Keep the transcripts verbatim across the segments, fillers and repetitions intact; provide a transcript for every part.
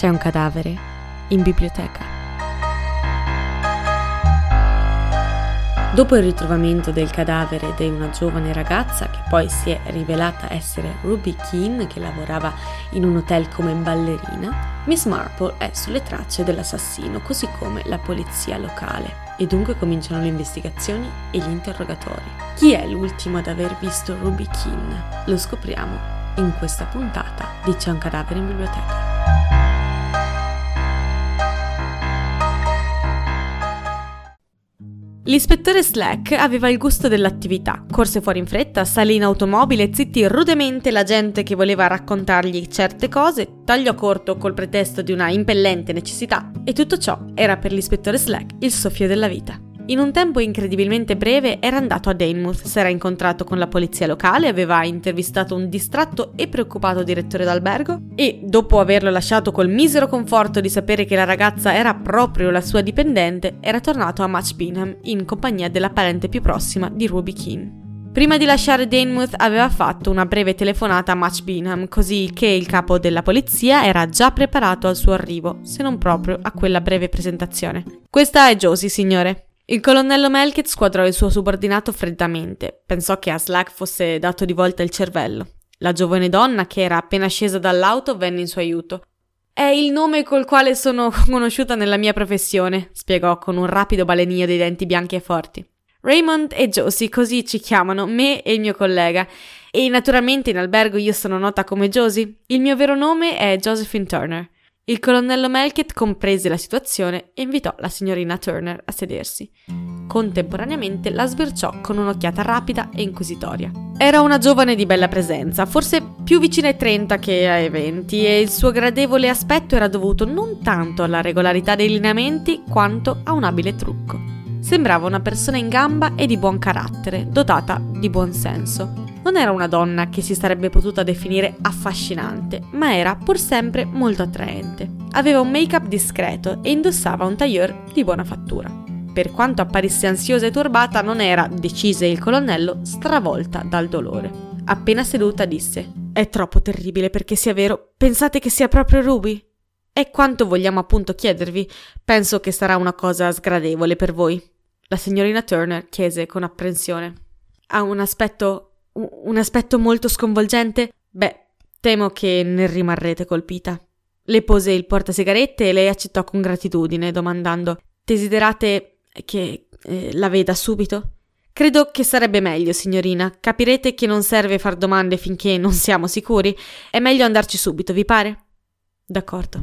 C'è un cadavere in biblioteca. Dopo il ritrovamento del cadavere di una giovane ragazza, che poi si è rivelata essere Ruby Keene, che lavorava in un hotel come ballerina, Miss Marple è sulle tracce dell'assassino, così come la polizia locale. E dunque cominciano le investigazioni e gli interrogatori. Chi è l'ultimo ad aver visto Ruby Keene? Lo scopriamo in questa puntata di C'è un cadavere in biblioteca. L'ispettore Slack aveva il gusto dell'attività, corse fuori in fretta, salì in automobile, zittì rudemente la gente che voleva raccontargli certe cose, tagliò corto col pretesto di una impellente necessità, e tutto ciò era per l'ispettore Slack il soffio della vita. In un tempo incredibilmente breve era andato a Deimouth, si era incontrato con la polizia locale, aveva intervistato un distratto e preoccupato direttore d'albergo e, dopo averlo lasciato col misero conforto di sapere che la ragazza era proprio la sua dipendente, era tornato a Match Bingham in compagnia della parente più prossima di Ruby Keene. Prima di lasciare Deimouth aveva fatto una breve telefonata a Match Bingham, così che il capo della polizia era già preparato al suo arrivo, se non proprio a quella breve presentazione. «Questa è Josie, signore». Il colonnello Melkett squadrò il suo subordinato freddamente. Pensò che a Slack fosse dato di volta il cervello. La giovane donna, che era appena scesa dall'auto, venne in suo aiuto. «È il nome col quale sono conosciuta nella mia professione», spiegò con un rapido balenio dei denti bianchi e forti. «Raymond e Josie, così ci chiamano, me e il mio collega. E naturalmente in albergo io sono nota come Josie. Il mio vero nome è Josephine Turner». Il colonnello Melkett comprese la situazione e invitò la signorina Turner a sedersi. Contemporaneamente la sbirciò con un'occhiata rapida e inquisitoria. Era una giovane di bella presenza, forse più vicina ai trenta che ai venti, e il suo gradevole aspetto era dovuto non tanto alla regolarità dei lineamenti quanto a un abile trucco. Sembrava una persona in gamba e di buon carattere, dotata di buon senso. Non era una donna che si sarebbe potuta definire affascinante, ma era pur sempre molto attraente. Aveva un make-up discreto e indossava un tailleur di buona fattura. Per quanto apparisse ansiosa e turbata, non era, decise il colonnello, stravolta dal dolore. Appena seduta disse: «È troppo terribile perché sia vero. Pensate che sia proprio Ruby? E quanto vogliamo appunto chiedervi? Penso che sarà una cosa sgradevole per voi». La signorina Turner chiese con apprensione: «Ha un aspetto... un aspetto molto sconvolgente? Beh, temo che ne rimarrete colpita». Le pose il portasigarette e lei accettò con gratitudine, domandando: «Desiderate che eh, la veda subito?» «Credo che sarebbe meglio, signorina. Capirete che non serve far domande finché non siamo sicuri. È meglio andarci subito, vi pare?» «D'accordo».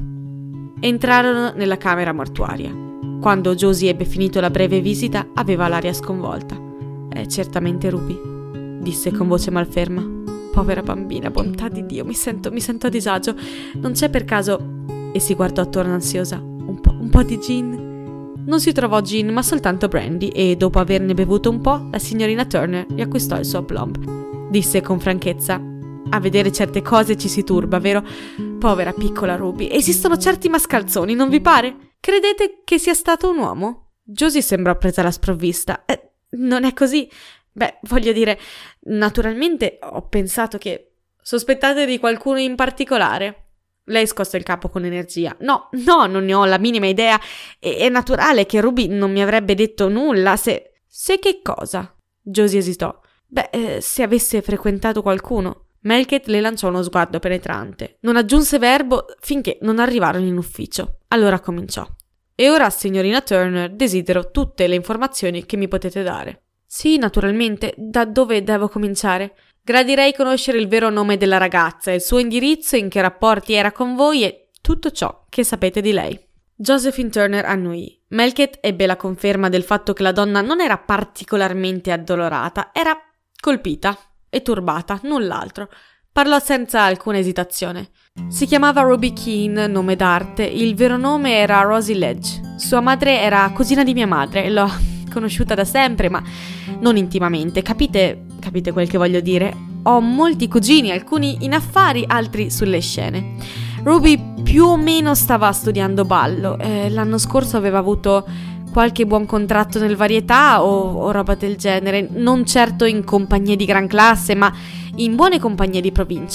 Entrarono nella camera mortuaria. Quando Josie ebbe finito la breve visita, aveva l'aria sconvolta. «È certamente Ruby», disse con voce malferma. «Povera bambina, bontà di Dio, mi sento, mi sento a disagio. Non c'è per caso...» E si guardò attorno ansiosa. Un po', un po' di gin?» Non si trovò gin, ma soltanto brandy, e dopo averne bevuto un po', la signorina Turner riacquistò il suo aplomb. Disse con franchezza: «A vedere certe cose ci si turba, vero? Povera piccola Ruby, esistono certi mascalzoni, non vi pare? Credete che sia stato un uomo?» Josie sembrò presa alla sprovvista. Eh, «Non è così. Beh, voglio dire, naturalmente ho pensato che... Sospettate di qualcuno in particolare?» Lei scosse il capo con energia. «No, no, non ne ho la minima idea. È, è naturale che Ruby non mi avrebbe detto nulla se...» «Se che cosa?» Josie esitò. «Beh, eh, se avesse frequentato qualcuno...» Melkett le lanciò uno sguardo penetrante. Non aggiunse verbo finché non arrivarono in ufficio. Allora cominciò: «E ora, signorina Turner, desidero tutte le informazioni che mi potete dare». «Sì, naturalmente. Da dove devo cominciare?» «Gradirei conoscere il vero nome della ragazza, il suo indirizzo, in che rapporti era con voi e tutto ciò che sapete di lei». Josephine Turner annuì. Melkett ebbe la conferma del fatto che la donna non era particolarmente addolorata, era colpita e turbata, null'altro. Parlò senza alcuna esitazione. Si chiamava Ruby Keene, nome d'arte. Il vero nome era Rosie Ledge. Sua madre era cugina di mia madre. L'ho conosciuta da sempre, ma non intimamente. Capite, capite quel che voglio dire? Ho molti cugini, alcuni in affari, altri sulle scene. Ruby più o meno stava studiando ballo. Eh, l'anno scorso aveva avuto qualche buon contratto nel varietà o, o roba del genere, non certo in compagnie di gran classe, ma in buone compagnie di provincia.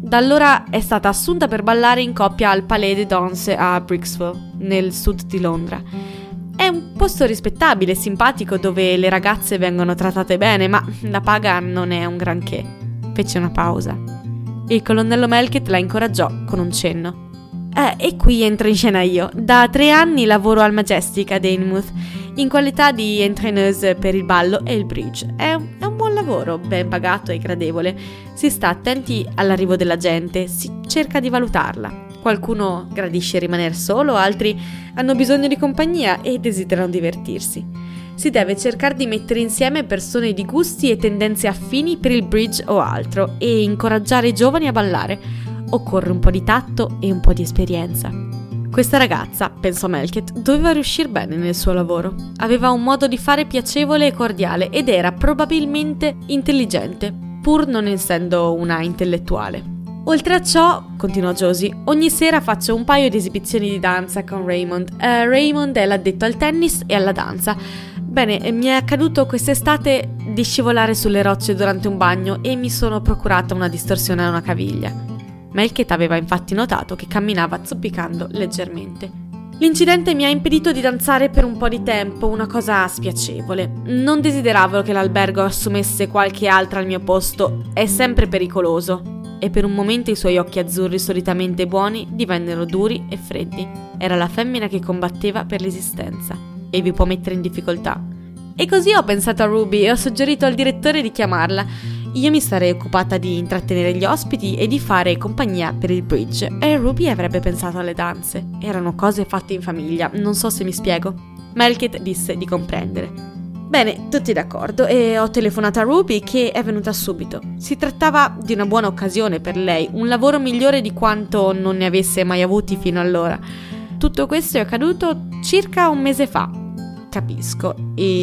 Da allora è stata assunta per ballare in coppia al Palais des Danses a Brixton, nel sud di Londra. È un posto rispettabile e simpatico dove le ragazze vengono trattate bene, ma la paga non è un granché. Fece una pausa. Il colonnello Melkett la incoraggiò con un cenno. Eh, e qui entro in scena io. Da tre anni lavoro al Majestic ad Eynemouth, in qualità di entraîneuse per il ballo e il bridge. È un, è un buon lavoro, ben pagato e gradevole. Si sta attenti all'arrivo della gente, si cerca di valutarla. Qualcuno gradisce rimanere solo, altri hanno bisogno di compagnia e desiderano divertirsi. Si deve cercare di mettere insieme persone di gusti e tendenze affini per il bridge o altro e incoraggiare i giovani a ballare. Occorre un po' di tatto e un po' di esperienza. Questa ragazza, pensò Melkett, doveva riuscire bene nel suo lavoro. Aveva un modo di fare piacevole e cordiale ed era probabilmente intelligente, pur non essendo una intellettuale. Oltre a ciò, continuò Josie, ogni sera faccio un paio di esibizioni di danza con Raymond. Uh, Raymond è l'addetto al tennis e alla danza. Bene, mi è accaduto quest'estate di scivolare sulle rocce durante un bagno e mi sono procurata una distorsione a una caviglia. Melkett aveva infatti notato che camminava zoppicando leggermente. L'incidente mi ha impedito di danzare per un po' di tempo, una cosa spiacevole. Non desideravo che l'albergo assumesse qualche altra al mio posto, è sempre pericoloso. E per un momento i suoi occhi azzurri solitamente buoni divennero duri e freddi. Era la femmina che combatteva per l'esistenza e vi può mettere in difficoltà. E così ho pensato a Ruby e ho suggerito al direttore di chiamarla. Io mi sarei occupata di intrattenere gli ospiti e di fare compagnia per il bridge e Ruby avrebbe pensato alle danze. Erano cose fatte in famiglia, non so se mi spiego. Melkett disse di comprendere. Bene, tutti d'accordo e ho telefonato a Ruby che è venuta subito. Si trattava di una buona occasione per lei, un lavoro migliore di quanto non ne avesse mai avuti fino allora. Tutto questo è accaduto circa un mese fa. Capisco.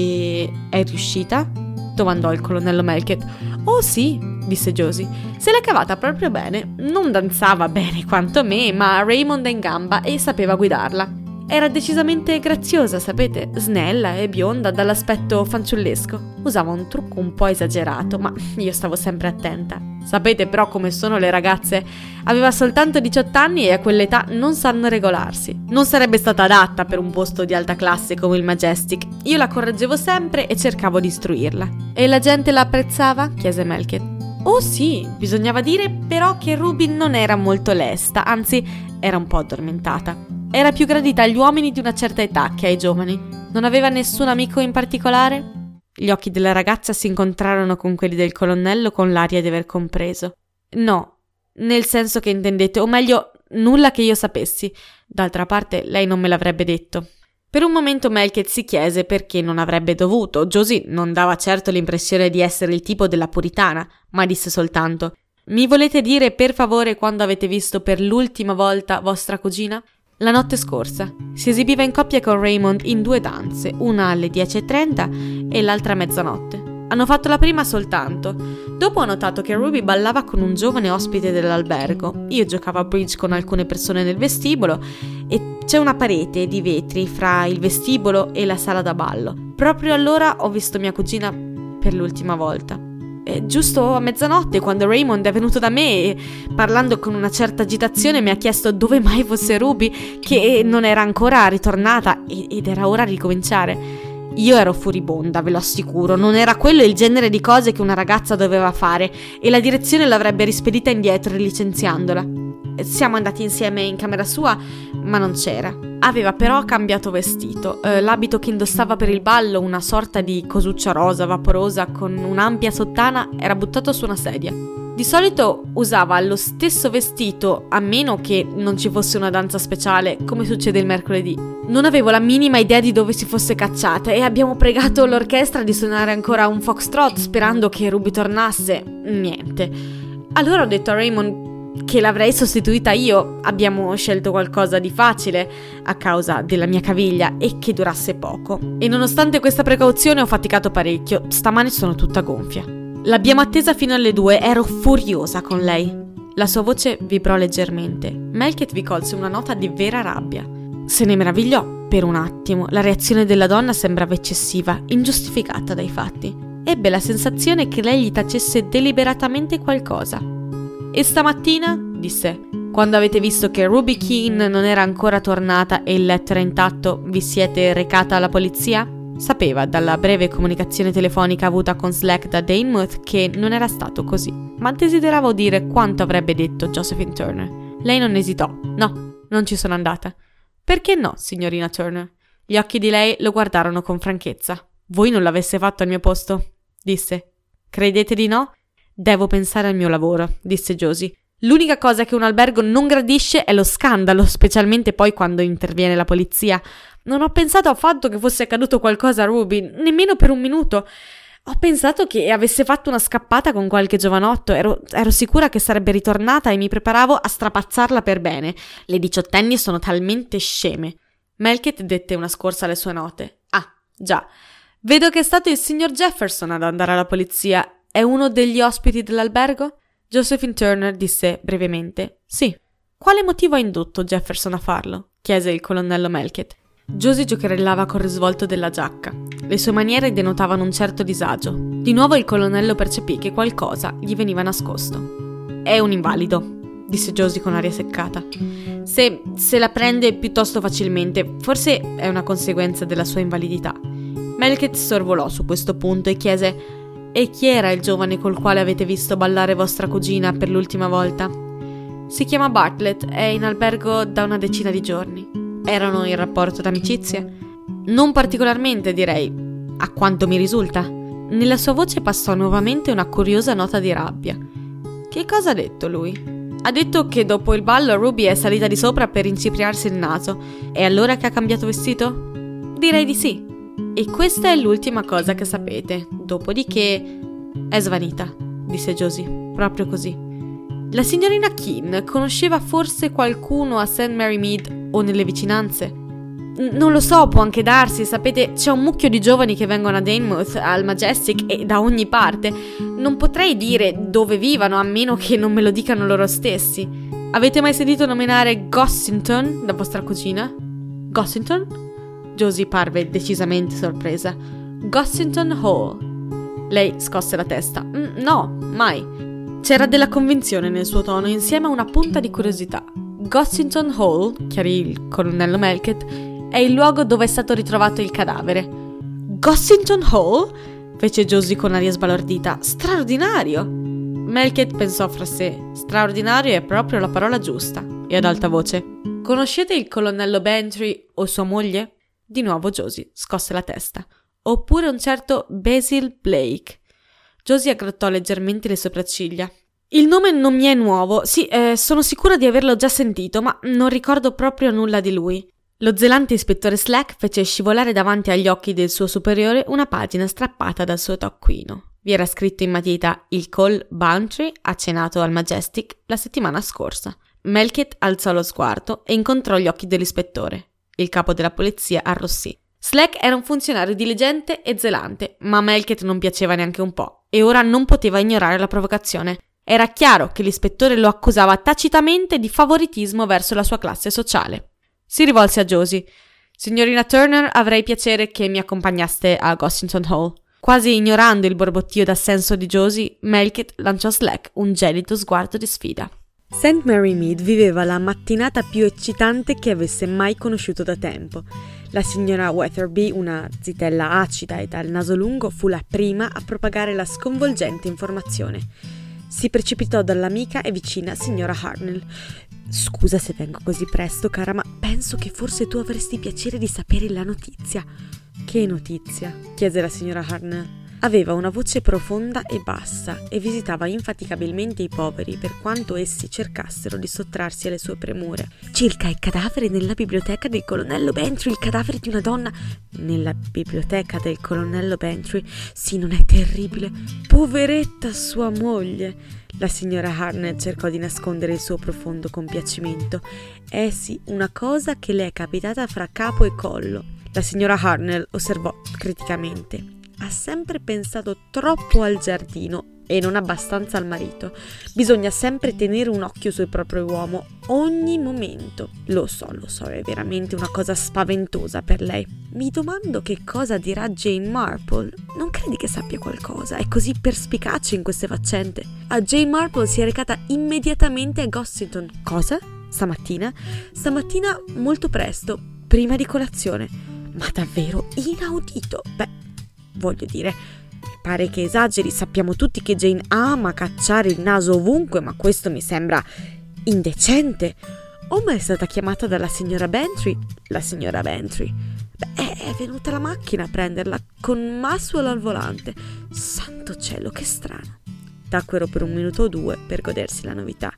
E è riuscita? Domandò il colonnello Melkett. Oh sì, disse Josie. Se l'è cavata proprio bene. Non danzava bene quanto me, ma Raymond è in gamba e sapeva guidarla. Era decisamente graziosa, sapete, snella e bionda dall'aspetto fanciullesco. Usava un trucco un po' esagerato, ma io stavo sempre attenta. Sapete però come sono le ragazze? Aveva soltanto diciotto anni e a quell'età non sanno regolarsi. Non sarebbe stata adatta per un posto di alta classe come il Majestic. Io la correggevo sempre e cercavo di istruirla. E la gente la apprezzava? Chiese Melkett. Oh sì, bisognava dire però che Ruby non era molto lesta, anzi era un po' addormentata. Era più gradita agli uomini di una certa età che ai giovani. Non aveva nessun amico in particolare? Gli occhi della ragazza si incontrarono con quelli del colonnello con l'aria di aver compreso. No, nel senso che intendete, o meglio, nulla che io sapessi. D'altra parte, lei non me l'avrebbe detto. Per un momento Melkett si chiese perché non avrebbe dovuto. Josie non dava certo l'impressione di essere il tipo della puritana, ma disse soltanto: «Mi volete dire per favore quando avete visto per l'ultima volta vostra cugina?» La notte scorsa. Si esibiva in coppia con Raymond in due danze, una alle dieci e trenta e l'altra a mezzanotte. Hanno fatto la prima soltanto. Dopo ho notato che Ruby ballava con un giovane ospite dell'albergo. Io giocavo a bridge con alcune persone nel vestibolo e c'è una parete di vetri fra il vestibolo e la sala da ballo. Proprio allora ho visto mia cugina per l'ultima volta. E giusto a mezzanotte, quando Raymond è venuto da me e, parlando con una certa agitazione, mi ha chiesto dove mai fosse Ruby, che non era ancora ritornata ed era ora di ricominciare. Io ero furibonda, ve lo assicuro, non era quello il genere di cose che una ragazza doveva fare e la direzione l'avrebbe rispedita indietro licenziandola. Siamo andati insieme in camera sua, ma non c'era. Aveva però cambiato vestito, eh, l'abito che indossava per il ballo, una sorta di cosuccia rosa vaporosa con un'ampia sottana, era buttato su una sedia. Di solito usava lo stesso vestito, a meno che non ci fosse una danza speciale, come succede il mercoledì. Non avevo la minima idea di dove si fosse cacciata e abbiamo pregato l'orchestra di suonare ancora un foxtrot sperando che Ruby tornasse. Niente. Allora ho detto a Raymond che l'avrei sostituita io. Abbiamo scelto qualcosa di facile a causa della mia caviglia e che durasse poco. E nonostante questa precauzione ho faticato parecchio. Stamane sono tutta gonfia. L'abbiamo attesa fino alle due, ero furiosa con lei. La sua voce vibrò leggermente. Melkett vi colse una nota di vera rabbia. Se ne meravigliò per un attimo. La reazione della donna sembrava eccessiva, ingiustificata dai fatti. Ebbe la sensazione che lei gli tacesse deliberatamente qualcosa. E stamattina, disse, quando avete visto che Ruby Keene non era ancora tornata e il letto era intatto, vi siete recata alla polizia? Sapeva dalla breve comunicazione telefonica avuta con Slack da Danemouth che non era stato così, ma desiderava udire quanto avrebbe detto Josephine Turner. Lei non esitò. No, non ci sono andata. Perché no, signorina Turner? Gli occhi di lei lo guardarono con franchezza. Voi non l'avesse fatto al mio posto? Disse. Credete di no? Devo pensare al mio lavoro, disse Josie. L'unica cosa che un albergo non gradisce è lo scandalo, specialmente poi quando interviene la polizia. Non ho pensato affatto che fosse accaduto qualcosa a Ruby, nemmeno per un minuto. Ho pensato che avesse fatto una scappata con qualche giovanotto, ero, ero sicura che sarebbe ritornata e mi preparavo a strapazzarla per bene. Le diciottenni sono talmente sceme. Melkett dette una scorsa alle sue note. Ah, già. Vedo che è stato il signor Jefferson ad andare alla polizia. È uno degli ospiti dell'albergo? Josephine Turner disse brevemente. Sì. Quale motivo ha indotto Jefferson a farlo? Chiese il colonnello Melkett. Josie giocherellava col risvolto della giacca. Le sue maniere denotavano un certo disagio. Di nuovo il colonnello percepì che qualcosa gli veniva nascosto. È un invalido, disse Josie con aria seccata. Se, se la prende piuttosto facilmente, forse è una conseguenza della sua invalidità. Melkett sorvolò su questo punto e chiese: e chi era il giovane col quale avete visto ballare vostra cugina per l'ultima volta? Si chiama Bartlett, è in albergo da una decina di giorni. Erano in rapporto d'amicizia? Non particolarmente, direi, a quanto mi risulta. Nella sua voce passò nuovamente una curiosa nota di rabbia. Che cosa ha detto lui? Ha detto che dopo il ballo Ruby è salita di sopra per incipriarsi il naso. È allora che ha cambiato vestito? Direi di sì. E questa è l'ultima cosa che sapete. Dopodiché è svanita, disse Josie, proprio così. La signorina Keene conosceva forse qualcuno a Saint Mary Mead o nelle vicinanze? N- non lo so, può anche darsi, sapete, c'è un mucchio di giovani che vengono a Danemouth, al Majestic e da ogni parte. Non potrei dire dove vivano a meno che non me lo dicano loro stessi. Avete mai sentito nominare Gossington, la vostra cugina? Gossington? Josie parve decisamente sorpresa. Gossington Hall. Lei scosse la testa. Mm, no, mai. C'era della convinzione nel suo tono insieme a una punta di curiosità. Gossington Hall, chiarì il colonnello Melkett, è il luogo dove è stato ritrovato il cadavere. Gossington Hall? Fece Josie con aria sbalordita. Straordinario! Melkett pensò fra sé. Straordinario è proprio la parola giusta. E ad alta voce. Conoscete il colonnello Bantry o sua moglie? Di nuovo Josie scosse la testa. Oppure un certo Basil Blake. Josie aggrottò leggermente le sopracciglia. Il nome non mi è nuovo, sì, eh, sono sicura di averlo già sentito, ma non ricordo proprio nulla di lui. Lo zelante ispettore Slack fece scivolare davanti agli occhi del suo superiore una pagina strappata dal suo taccuino. Vi era scritto in matita il Col Bantry ha cenato al Majestic la settimana scorsa. Melkett alzò lo sguardo e incontrò gli occhi dell'ispettore. Il capo della polizia arrossì. Slack era un funzionario diligente e zelante, ma a Melkett non piaceva neanche un po', e ora non poteva ignorare la provocazione. Era chiaro che l'ispettore lo accusava tacitamente di favoritismo verso la sua classe sociale. Si rivolse a Josie. Signorina Turner, avrei piacere che mi accompagnaste a Gossington Hall. Quasi ignorando il borbottio d'assenso di Josie, Melkett lanciò a Slack un gelido sguardo di sfida. Saint Mary Mead viveva la mattinata più eccitante che avesse mai conosciuto da tempo. La signora Wetherby, una zitella acida e dal naso lungo, fu la prima a propagare la sconvolgente informazione. Si precipitò dall'amica e vicina signora Hartnell. «Scusa se vengo così presto, cara, ma penso che forse tu avresti piacere di sapere la notizia». «Che notizia?» chiese la signora Hartnell. Aveva una voce profonda e bassa e visitava infaticabilmente i poveri per quanto essi cercassero di sottrarsi alle sue premure. «Circa il cadavere nella biblioteca del colonnello Bantry, il cadavere di una donna...» «Nella biblioteca del colonnello Bantry? Sì, non è terribile? Poveretta sua moglie!» La signora Hartnell cercò di nascondere il suo profondo compiacimento. «Eh sì, una cosa che le è capitata fra capo e collo». La signora Hartnell osservò criticamente. «Ha sempre pensato troppo al giardino e non abbastanza al marito. Bisogna sempre tenere un occhio sul proprio uomo, ogni momento. Lo so, lo so, è veramente una cosa spaventosa per lei. Mi domando che cosa dirà Jane Marple. Non credi che sappia qualcosa? È così perspicace in queste faccende. A Jane Marple si è recata immediatamente a Gossington. Cosa? Stamattina? Stamattina molto presto, prima di colazione. Ma davvero inaudito. Beh, voglio dire... Pare che esageri, sappiamo tutti che Jane ama cacciare il naso ovunque, ma questo mi sembra indecente. O ma è stata chiamata dalla signora Bantry? La signora Bantry. Beh, è venuta la macchina a prenderla, con Maxwell al volante. Santo cielo, che strano. Tacquero per un minuto o due per godersi la novità.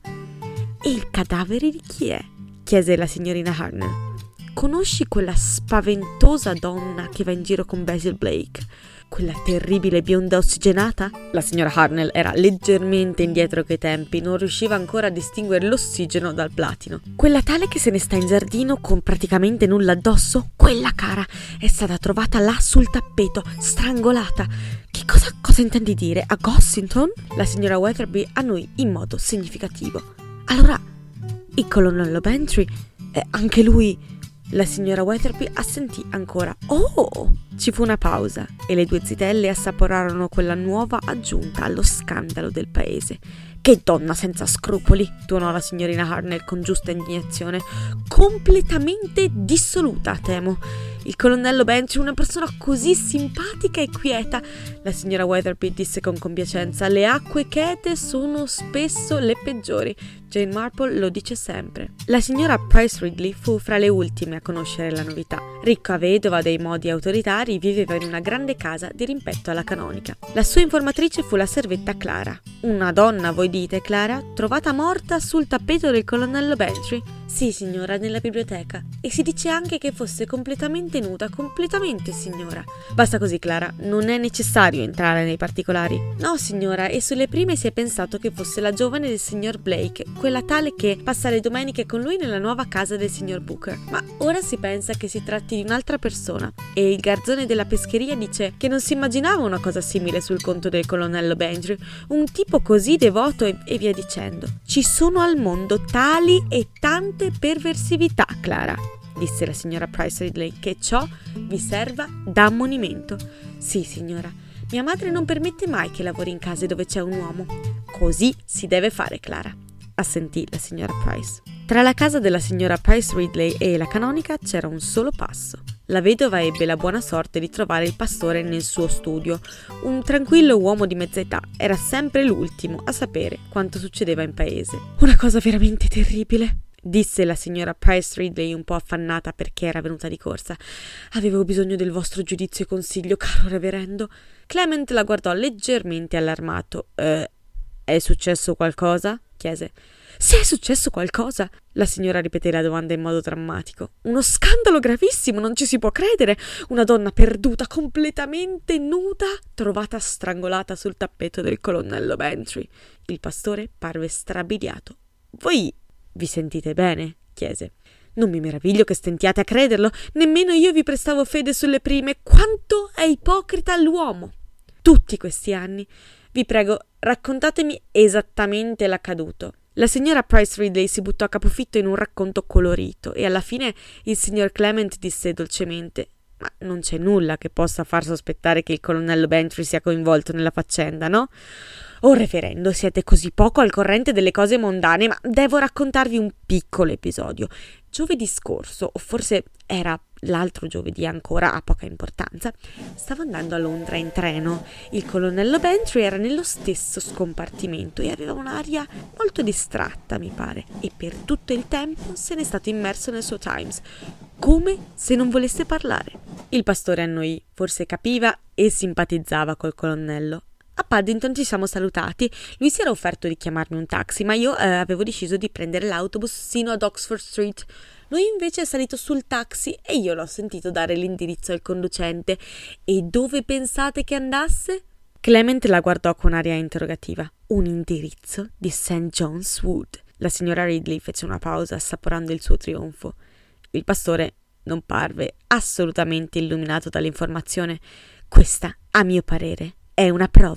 E il cadavere di chi è? Chiese la signorina Hartnell. Conosci quella spaventosa donna che va in giro con Basil Blake? Quella terribile bionda ossigenata? La signora Hartnell era leggermente indietro coi tempi, non riusciva ancora a distinguere l'ossigeno dal platino. Quella tale che se ne sta in giardino con praticamente nulla addosso? Quella cara è stata trovata là sul tappeto, strangolata. Che cosa, cosa intendi dire? A Gossington? La signora Weatherby annui in modo significativo. Allora, il colonnello Bantry, eh, anche lui... La signora Weatherby assentì ancora. Oh! Ci fu una pausa e le due zitelle assaporarono quella nuova aggiunta allo scandalo del paese. Che donna senza scrupoli! Tuonò la signorina Hartnell con giusta indignazione. Completamente dissoluta, temo. Il colonnello Bantry è una persona così simpatica e quieta. La signora Weatherby disse con compiacenza. Le acque chete sono spesso le peggiori. Jane Marple lo dice sempre. La signora Price Ridley fu fra le ultime a conoscere la novità. Ricca vedova dei modi autoritari, viveva in una grande casa di rimpetto alla canonica. La sua informatrice fu la servetta Clara. Una donna, voi dite, Clara, trovata morta sul tappeto del colonnello Bantry? Sì, signora, nella biblioteca. E si dice anche che fosse completamente nuda, completamente, signora. Basta così, Clara, non è necessario entrare nei particolari. No, signora, e sulle prime si è pensato che fosse la giovane del signor Blake, quella tale che passa le domeniche con lui nella nuova casa del signor Booker. Ma ora si pensa che si tratti di un'altra persona, e il garzone della pescheria dice che non si immaginava una cosa simile sul conto del colonnello Bantry, un tipo così devoto e, e via dicendo. Ci sono al mondo tali e tante perversività, Clara, disse la signora Price Ridley, che ciò vi serva da ammonimento. Sì, signora, mia madre non permette mai che lavori in case dove c'è un uomo. Così si deve fare, Clara, assentì la signora Price. Tra la casa della signora Price Ridley e la canonica c'era un solo passo. La vedova ebbe la buona sorte di trovare il pastore nel suo studio, un tranquillo uomo di mezza età. Era sempre l'ultimo a sapere quanto succedeva in paese. Una cosa veramente terribile, disse la signora Price Ridley un po' affannata perché era venuta di corsa. Avevo bisogno del vostro giudizio e consiglio, caro reverendo. Clement la guardò leggermente allarmato. Eh, è successo qualcosa? Chiese. Se è successo qualcosa? La signora ripeté la domanda in modo drammatico. Uno scandalo gravissimo, non ci si può credere. Una donna perduta, completamente nuda, trovata strangolata sul tappeto del colonnello Bantry. Il pastore parve strabiliato. Voi vi sentite bene? Chiese. Non mi meraviglio che stentiate a crederlo, nemmeno io vi prestavo fede sulle prime. Quanto è ipocrita l'uomo! Tutti questi anni. Vi prego, raccontatemi esattamente l'accaduto. La signora Price Ridley si buttò a capofitto in un racconto colorito e alla fine il signor Clement disse dolcemente: ma non c'è nulla che possa far sospettare che il colonnello Bantry sia coinvolto nella faccenda, no? Oh, reverendo, siete così poco al corrente delle cose mondane, ma devo raccontarvi un piccolo episodio. Giovedì scorso, o forse era l'altro giovedì ancora, ha poca importanza, stavo andando a Londra in treno. Il colonnello Bantry era nello stesso scompartimento e aveva un'aria molto distratta, mi pare, e per tutto il tempo se n'è stato immerso nel suo Times, come se non volesse parlare. Il pastore annoì, forse capiva e simpatizzava col colonnello. A Paddington ci siamo salutati. Lui si era offerto di chiamarmi un taxi, ma io eh, avevo deciso di prendere l'autobus sino ad Oxford Street. Lui invece è salito sul taxi e io l'ho sentito dare l'indirizzo al conducente. E dove pensate che andasse? Clement la guardò con aria interrogativa. Un indirizzo di Saint John's Wood. La signora Ridley fece una pausa assaporando il suo trionfo. Il pastore non parve assolutamente illuminato dall'informazione. Questa, a mio parere, è una prova,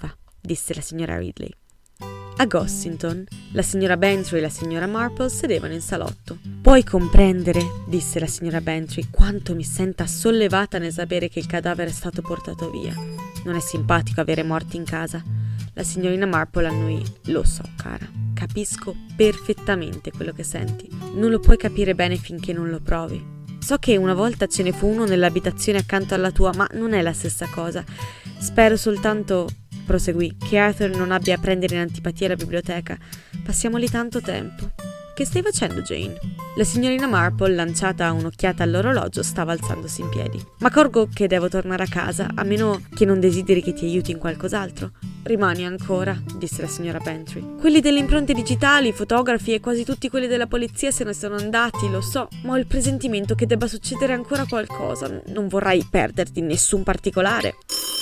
disse la signora Ridley. A Gossington, la signora Bantry e la signora Marple sedevano in salotto. Puoi comprendere, disse la signora Bantry, quanto mi senta sollevata nel sapere che il cadavere è stato portato via. Non è simpatico avere morti in casa. La signorina Marple annuì. Lo so, cara. Capisco perfettamente quello che senti. Non lo puoi capire bene finché non lo provi. So che una volta ce ne fu uno nell'abitazione accanto alla tua, ma non è la stessa cosa. Spero soltanto, proseguì, che Arthur non abbia a prendere in antipatia la biblioteca. Passiamo lì tanto tempo. Che stai facendo, Jane? La signorina Marple, lanciata un'occhiata all'orologio, stava alzandosi in piedi. Ma accorgo che devo tornare a casa, a meno che non desideri che ti aiuti in qualcos'altro. Rimani ancora, disse la signora Bantry. Quelli delle impronte digitali, i fotografi e quasi tutti quelli della polizia se ne sono andati, lo so, ma ho il presentimento che debba succedere ancora qualcosa. Non vorrai perderti nessun particolare.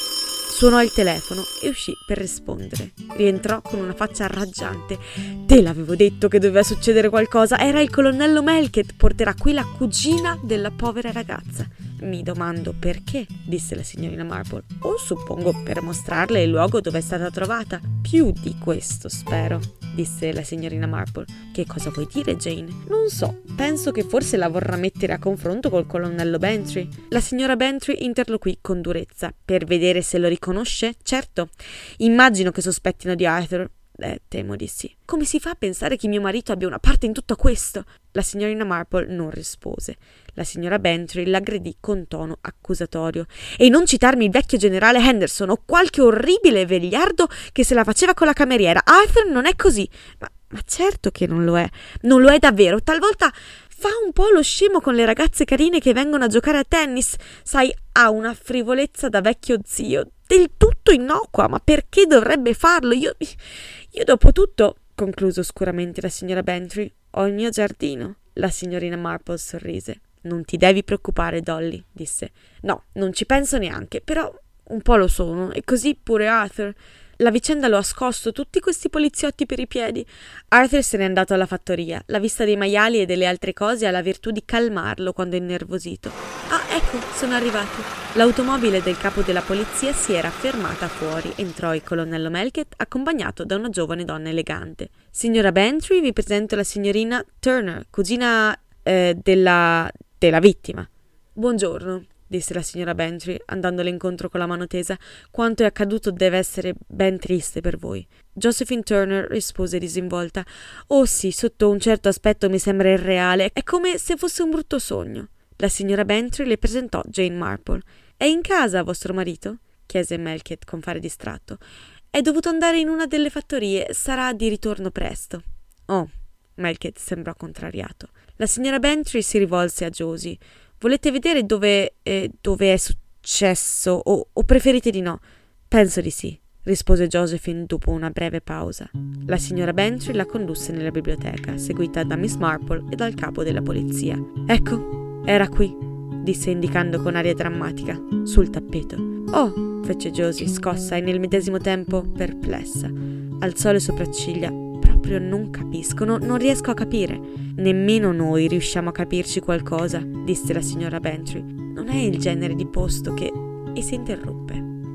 Suonò il telefono e uscì per rispondere. Rientrò con una faccia raggiante. Te l'avevo detto che doveva succedere qualcosa. Era il colonnello Melkett. Porterà qui la cugina della povera ragazza. Mi domando perché, disse la signorina Marple. O suppongo per mostrarle il luogo dove è stata trovata. Più di questo, spero, disse la signorina Marple. Che cosa vuoi dire, Jane? Non so, penso che forse la vorrà mettere a confronto col colonnello Bantry. La signora Bantry interloquì con durezza. Per vedere se lo riconosce? Certo. Immagino che sospettino di Arthur. Eh, temo di sì. Come si fa a pensare che mio marito abbia una parte in tutto questo? La signorina Marple non rispose. La signora Bantry l'aggredì con tono accusatorio. E non citarmi il vecchio generale Henderson o qualche orribile vegliardo che se la faceva con la cameriera. Arthur non è così. Ma, ma certo che non lo è. Non lo è davvero. Talvolta fa un po' lo scemo con le ragazze carine che vengono a giocare a tennis. Sai, ha una frivolezza da vecchio zio, del tutto innocua, ma perché dovrebbe farlo? Io, io dopo tutto, concluse oscuramente la signora Bantry, ho il mio giardino. La signorina Marple sorrise. Non ti devi preoccupare, Dolly, disse. No, non ci penso neanche, però un po' lo sono, e così pure Arthur. La vicenda lo ha scosso tutti questi poliziotti per i piedi. Arthur se n'è andato alla fattoria. La vista dei maiali e delle altre cose ha la virtù di calmarlo quando è innervosito. Ah, ecco, sono arrivati. L'automobile del capo della polizia si era fermata fuori. Entrò il colonnello Melkett, accompagnato da una giovane donna elegante. Signora Bantry, vi presento la signorina Turner, cugina eh, della... della vittima. Buongiorno, disse la signora Bantry, andandole incontro con la mano tesa. Quanto è accaduto deve essere ben triste per voi. Josephine Turner rispose disinvolta. Oh sì, sotto un certo aspetto mi sembra irreale. È come se fosse un brutto sogno. La signora Bantry le presentò Jane Marple. È in casa vostro marito? Chiese Melkett con fare distratto. È dovuto andare in una delle fattorie. Sarà di ritorno presto. Oh, Melkett sembrò contrariato. La signora Bantry si rivolse a Josie. Volete vedere dove, eh, dove è successo o, o preferite di no? Penso di sì, rispose Josephine dopo una breve pausa. La signora Bantry la condusse nella biblioteca, seguita da Miss Marple e dal capo della polizia. Ecco, era qui, disse indicando con aria drammatica, sul tappeto. Oh, fece Josie, scossa e nel medesimo tempo perplessa. Alzò le sopracciglia. Proprio non capisco, no, non riesco a capire. Nemmeno noi riusciamo a capirci qualcosa, disse la signora Bantry. Non è il genere di posto che... e si interruppe.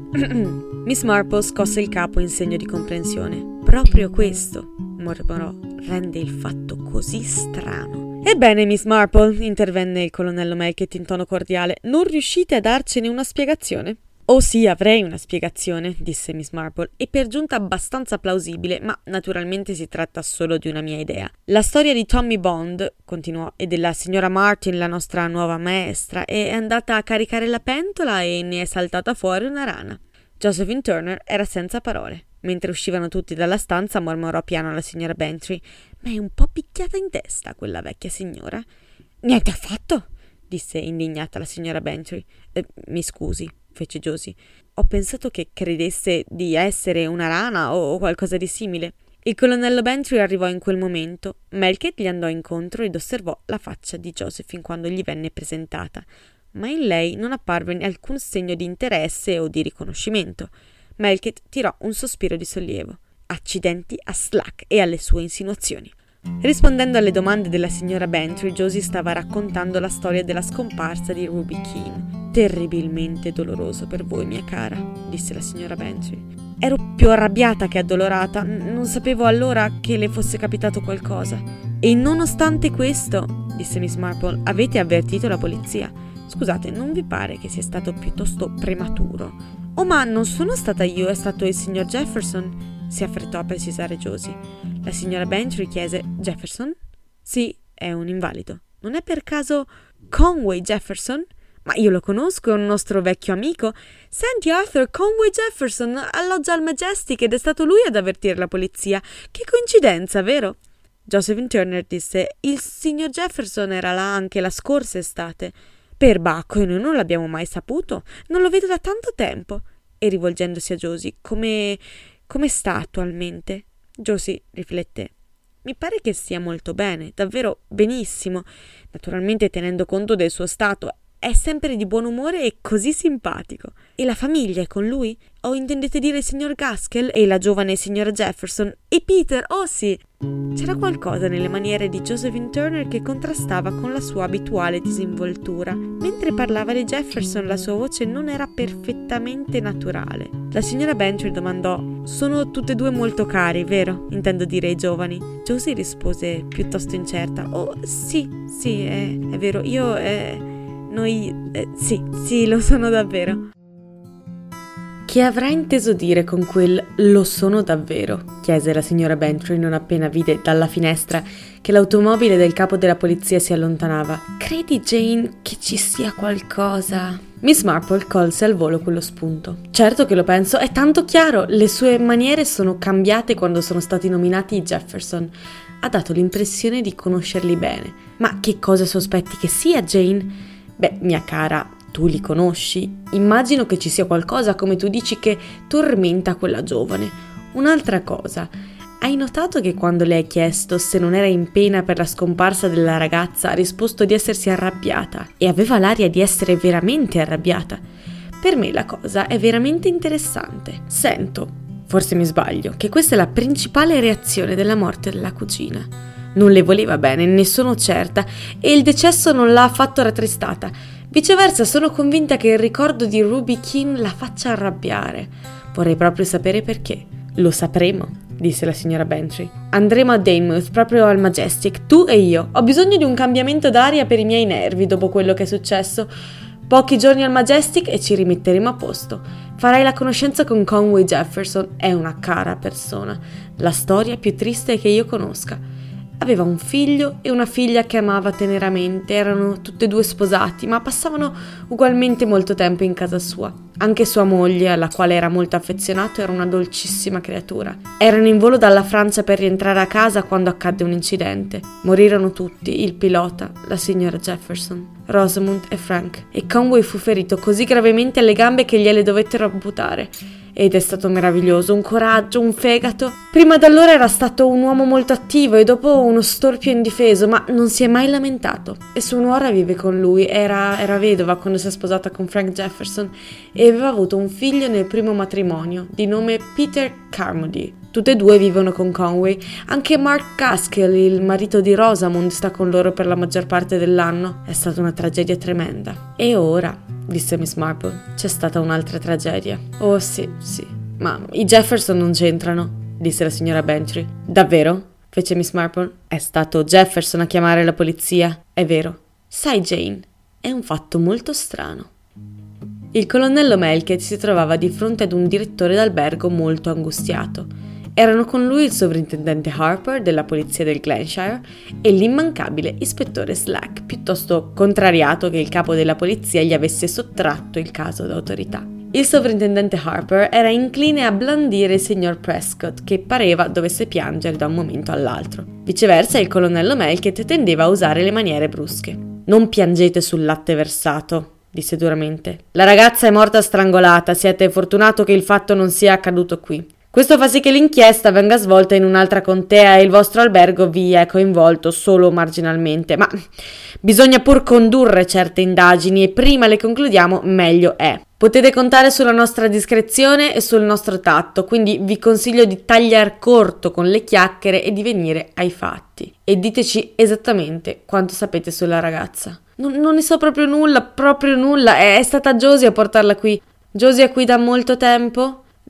Miss Marple scosse il capo in segno di comprensione. Proprio questo, mormorò, rende il fatto così strano. Ebbene, Miss Marple, intervenne il colonnello Melkett in tono cordiale, non riuscite a darcene una spiegazione? Oh sì, avrei una spiegazione, disse Miss Marple, e per giunta abbastanza plausibile, ma naturalmente si tratta solo di una mia idea. La storia di Tommy Bond, continuò, e della signora Martin, la nostra nuova maestra, è andata a caricare la pentola e ne è saltata fuori una rana. Josephine Turner era senza parole. Mentre uscivano tutti dalla stanza, mormorò piano alla signora Bantry. Ma è un po' picchiata in testa quella vecchia signora. Niente affatto, disse indignata la signora Bantry. Eh, mi scusi, fece Josie. Ho pensato che credesse di essere una rana o qualcosa di simile. Il colonnello Bantry arrivò in quel momento. Melkett gli andò incontro ed osservò la faccia di Josephine quando gli venne presentata, ma in lei non apparve alcun segno di interesse o di riconoscimento. Melkett tirò un sospiro di sollievo. Accidenti a Slack e alle sue insinuazioni. Rispondendo alle domande della signora Bantry, Josie stava raccontando la storia della scomparsa di Ruby Keene. Terribilmente doloroso per voi, mia cara, disse la signora Bantry. ero più arrabbiata che addolorata, non sapevo allora che le fosse capitato qualcosa. E nonostante questo, disse Miss Marple, avete avvertito la polizia. Scusate, non vi pare che sia stato piuttosto prematuro? Oh, ma non sono stata io, è stato il signor Jefferson, si affrettò a precisare Josie. La signora Bantry chiese: Jefferson? Sì, è un invalido. Non è per caso Conway Jefferson? Ma io lo conosco, è un nostro vecchio amico. Senti, Arthur, Conway Jefferson alloggia al Majestic ed è stato lui ad avvertire la polizia. Che coincidenza, vero? Josephine Turner disse: il signor Jefferson era là anche la scorsa estate. Perbacco, e noi non l'abbiamo mai saputo. Non lo vedo da tanto tempo. E rivolgendosi a Josie: come... come sta attualmente? Josie rifletté. Mi pare che stia molto bene, davvero benissimo. Naturalmente tenendo conto del suo stato. È sempre di buon umore e così simpatico. E la famiglia è con lui? O intendete dire il signor Gaskell e la giovane signora Jefferson? E Peter? Oh sì! C'era qualcosa nelle maniere di Josephine Turner che contrastava con la sua abituale disinvoltura. Mentre parlava di Jefferson, la sua voce non era perfettamente naturale. La signora Bantry domandò: sono tutte e due molto cari, vero? Intendo dire i giovani. Josie rispose piuttosto incerta: oh sì, sì, è, è vero, io... Eh... Noi... Eh, sì, sì, lo sono davvero. Che avrà inteso dire con quel lo sono davvero? Chiese la signora Bantry non appena vide dalla finestra che l'automobile del capo della polizia si allontanava. Credi, Jane, che ci sia qualcosa? Miss Marple colse al volo quello spunto. Certo che lo penso, è tanto chiaro. Le sue maniere sono cambiate quando sono stati nominati i Jefferson. Ha dato l'impressione di conoscerli bene. Ma che cosa sospetti che sia, Jane? Beh, mia cara, tu li conosci. Immagino che ci sia qualcosa, come tu dici, che tormenta quella giovane. Un'altra cosa, hai notato che quando le hai chiesto se non era in pena per la scomparsa della ragazza ha risposto di essersi arrabbiata e aveva l'aria di essere veramente arrabbiata? Per me la cosa è veramente interessante. Sento, forse mi sbaglio, che questa è la principale reazione della morte della cugina. Non le voleva bene, ne sono certa, e il decesso non l'ha affatto rattristata. Viceversa, sono convinta che il ricordo di Ruby Keene la faccia arrabbiare. Vorrei proprio sapere perché. Lo sapremo, disse la signora Bantry. Andremo a Daymonth, proprio al Majestic, tu e io. Ho bisogno di un cambiamento d'aria per i miei nervi dopo quello che è successo. Pochi giorni al Majestic e ci rimetteremo a posto. Farai la conoscenza con Conway Jefferson, è una cara persona. La storia più triste che io conosca. Aveva un figlio e una figlia che amava teneramente, erano tutti e due sposati, ma passavano ugualmente molto tempo in casa sua. Anche sua moglie, alla quale era molto affezionato, era una dolcissima creatura. Erano in volo dalla Francia per rientrare a casa quando accadde un incidente. Morirono tutti, il pilota, la signora Jefferson, Rosamund e Frank, e Conway fu ferito così gravemente alle gambe che gliele dovettero amputare. Ed è stato meraviglioso, un coraggio, un fegato. Prima d'allora era stato un uomo molto attivo e dopo uno storpio indifeso, ma non si è mai lamentato. E sua nuora vive con lui, era, era vedova quando si è sposata con Frank Jefferson e aveva avuto un figlio nel primo matrimonio, di nome Peter Carmody. Tutte e due vivono con Conway. Anche Mark Gaskell, il marito di Rosamund, sta con loro per la maggior parte dell'anno. È stata una tragedia tremenda. E ora, disse Miss Marple, c'è stata un'altra tragedia. Oh sì, sì, ma i Jefferson non c'entrano, disse la signora Bantry. Davvero? Fece Miss Marple. È stato Jefferson a chiamare la polizia, è vero. Sai, Jane, è un fatto molto strano. Il colonnello Melkett si trovava di fronte ad un direttore d'albergo molto angustiato. Erano con lui il sovrintendente Harper della polizia del Glenshire e l'immancabile ispettore Slack, piuttosto contrariato che il capo della polizia gli avesse sottratto il caso d'autorità. Il sovrintendente Harper era incline a blandire il signor Prescott, che pareva dovesse piangere da un momento all'altro. Viceversa, il colonnello Melkett tendeva a usare le maniere brusche. «Non piangete sul latte versato», disse duramente. «La ragazza è morta strangolata, siete fortunato che il fatto non sia accaduto qui. Questo fa sì che l'inchiesta venga svolta in un'altra contea e il vostro albergo vi è coinvolto solo marginalmente, ma bisogna pur condurre certe indagini e prima le concludiamo meglio è. Potete contare sulla nostra discrezione e sul nostro tatto, quindi vi consiglio di tagliar corto con le chiacchiere e di venire ai fatti. E diteci esattamente quanto sapete sulla ragazza». Non, non ne so proprio nulla, proprio nulla, è, è stata Josie a portarla qui. Josie è qui da molto tempo?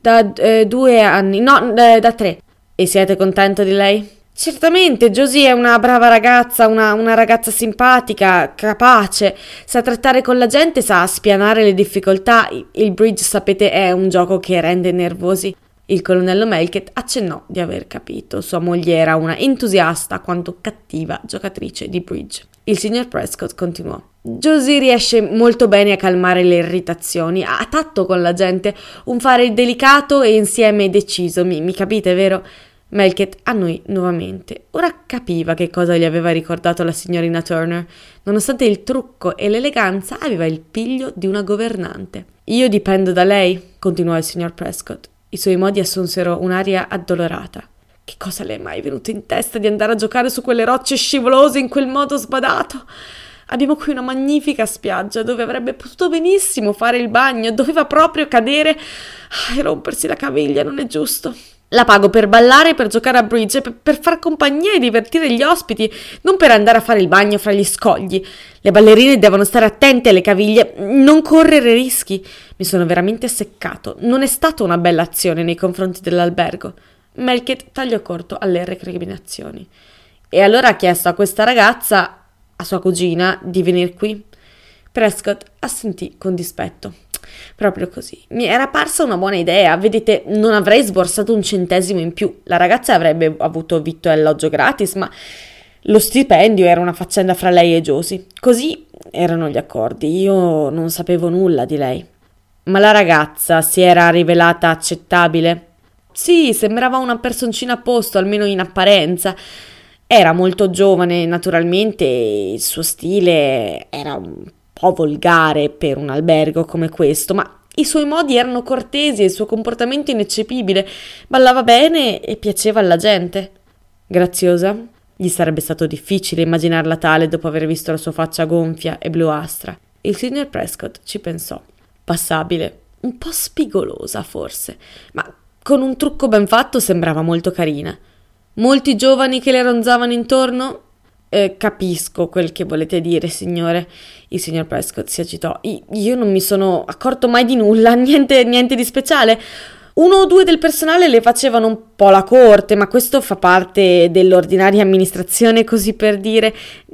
Da eh, due anni, no, eh, da tre. E siete contento di lei? Certamente, Josie è una brava ragazza, una, una ragazza simpatica, capace, sa trattare con la gente, sa spianare le difficoltà. Il bridge, sapete, è un gioco che rende nervosi. Il colonnello Melkett accennò di aver capito. Sua moglie era una entusiasta quanto cattiva giocatrice di bridge. Il signor Prescott continuò. Josie riesce molto bene a calmare le irritazioni, ha tatto con la gente, un fare delicato e insieme deciso, mi, mi capite, vero? Melkett annui nuovamente. Ora capiva che cosa gli aveva ricordato la signorina Turner. Nonostante il trucco e l'eleganza, aveva il piglio di una governante. Io dipendo da lei, continuò il signor Prescott. I suoi modi assunsero un'aria addolorata. Che cosa le è mai venuto in testa di andare a giocare su quelle rocce scivolose in quel modo sbadato? Abbiamo qui una magnifica spiaggia dove avrebbe potuto benissimo fare il bagno, doveva proprio cadere e rompersi la caviglia, non è giusto. La pago per ballare, per giocare a bridge, per, per far compagnia e divertire gli ospiti, non per andare a fare il bagno fra gli scogli. Le ballerine devono stare attente alle caviglie, non correre rischi. Mi sono veramente seccato. Non è stata una bella azione nei confronti dell'albergo. Melkett tagliò corto alle recriminazioni. E allora ha chiesto a questa ragazza, a sua cugina, di venire qui. Prescott assentì con dispetto. Proprio così. Mi era parsa una buona idea. Vedete, non avrei sborsato un centesimo in più. La ragazza avrebbe avuto vitto e alloggio gratis, ma lo stipendio era una faccenda fra lei e Josie. Così erano gli accordi. Io non sapevo nulla di lei. Ma la ragazza si era rivelata accettabile? Sì, sembrava una personcina a posto, almeno in apparenza. Era molto giovane, naturalmente, e il suo stile era un po' volgare per un albergo come questo, ma i suoi modi erano cortesi e il suo comportamento ineccepibile. Ballava bene e piaceva alla gente. Graziosa? Gli sarebbe stato difficile immaginarla tale dopo aver visto la sua faccia gonfia e bluastra. Il signor Prescott ci pensò. Passabile, un po' spigolosa forse, ma con un trucco ben fatto sembrava molto carina. Molti giovani che le ronzavano intorno? Eh, capisco quel che volete dire, signore. Il signor Prescott si agitò. Io non mi sono accorto mai di nulla, niente, niente di speciale. Uno o due del personale le facevano un po' la corte, ma questo fa parte dell'ordinaria amministrazione, così per dire.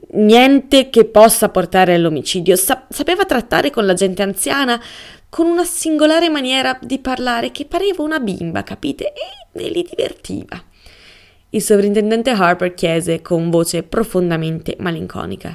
Niente che possa portare all'omicidio. Sa- sapeva trattare con la gente anziana, con una singolare maniera di parlare che pareva una bimba, capite? E, e li divertiva. Il sovrintendente Harper chiese con voce profondamente malinconica.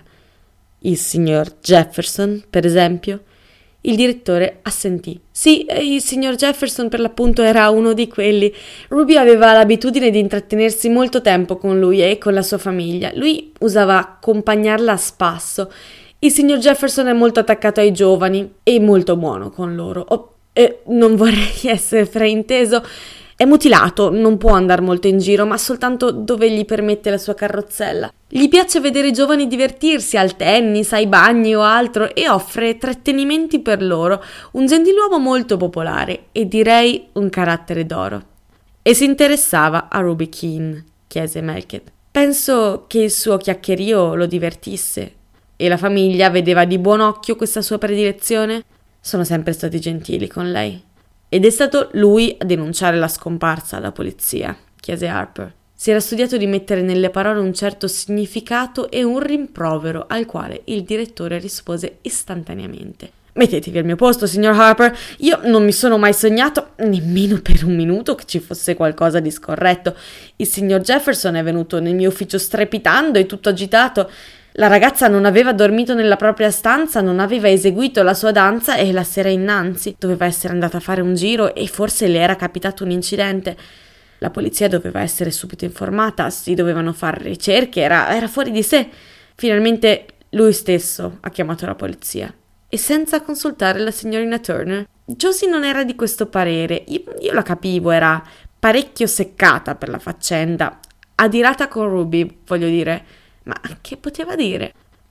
Il signor Jefferson, per esempio? Il direttore assentì. Sì, il signor Jefferson per l'appunto era uno di quelli. Ruby aveva l'abitudine di intrattenersi molto tempo con lui e con la sua famiglia. Lui usava accompagnarla a spasso. Il signor Jefferson è molto attaccato ai giovani e molto buono con loro. Oh, eh, non vorrei essere frainteso. È mutilato, non può andare molto in giro, ma soltanto dove gli permette la sua carrozzella. Gli piace vedere i giovani divertirsi al tennis, ai bagni o altro e offre trattenimenti per loro. Un gentiluomo molto popolare e direi un carattere d'oro. E si interessava a Ruby Keene, chiese Melkett. Penso che il suo chiacchierio lo divertisse. E la famiglia vedeva di buon occhio questa sua predilezione? Sono sempre stati gentili con lei. Ed è stato lui a denunciare la scomparsa alla polizia, chiese Harper. Si era studiato di mettere nelle parole un certo significato e un rimprovero al quale il direttore rispose istantaneamente. Mettetevi al mio posto, signor Harper. Io non mi sono mai sognato, nemmeno per un minuto, che ci fosse qualcosa di scorretto. Il signor Jefferson è venuto nel mio ufficio strepitando e tutto agitato. La ragazza non aveva dormito nella propria stanza, non aveva eseguito la sua danza e la sera innanzi doveva essere andata a fare un giro e forse le era capitato un incidente. La polizia doveva essere subito informata, si dovevano fare ricerche, era, era fuori di sé. Finalmente lui stesso ha chiamato la polizia. E senza consultare la signorina Turner. Josie non era di questo parere. Io, io la capivo, era parecchio seccata per la faccenda. Adirata con Ruby, voglio dire. Ma che poteva dire?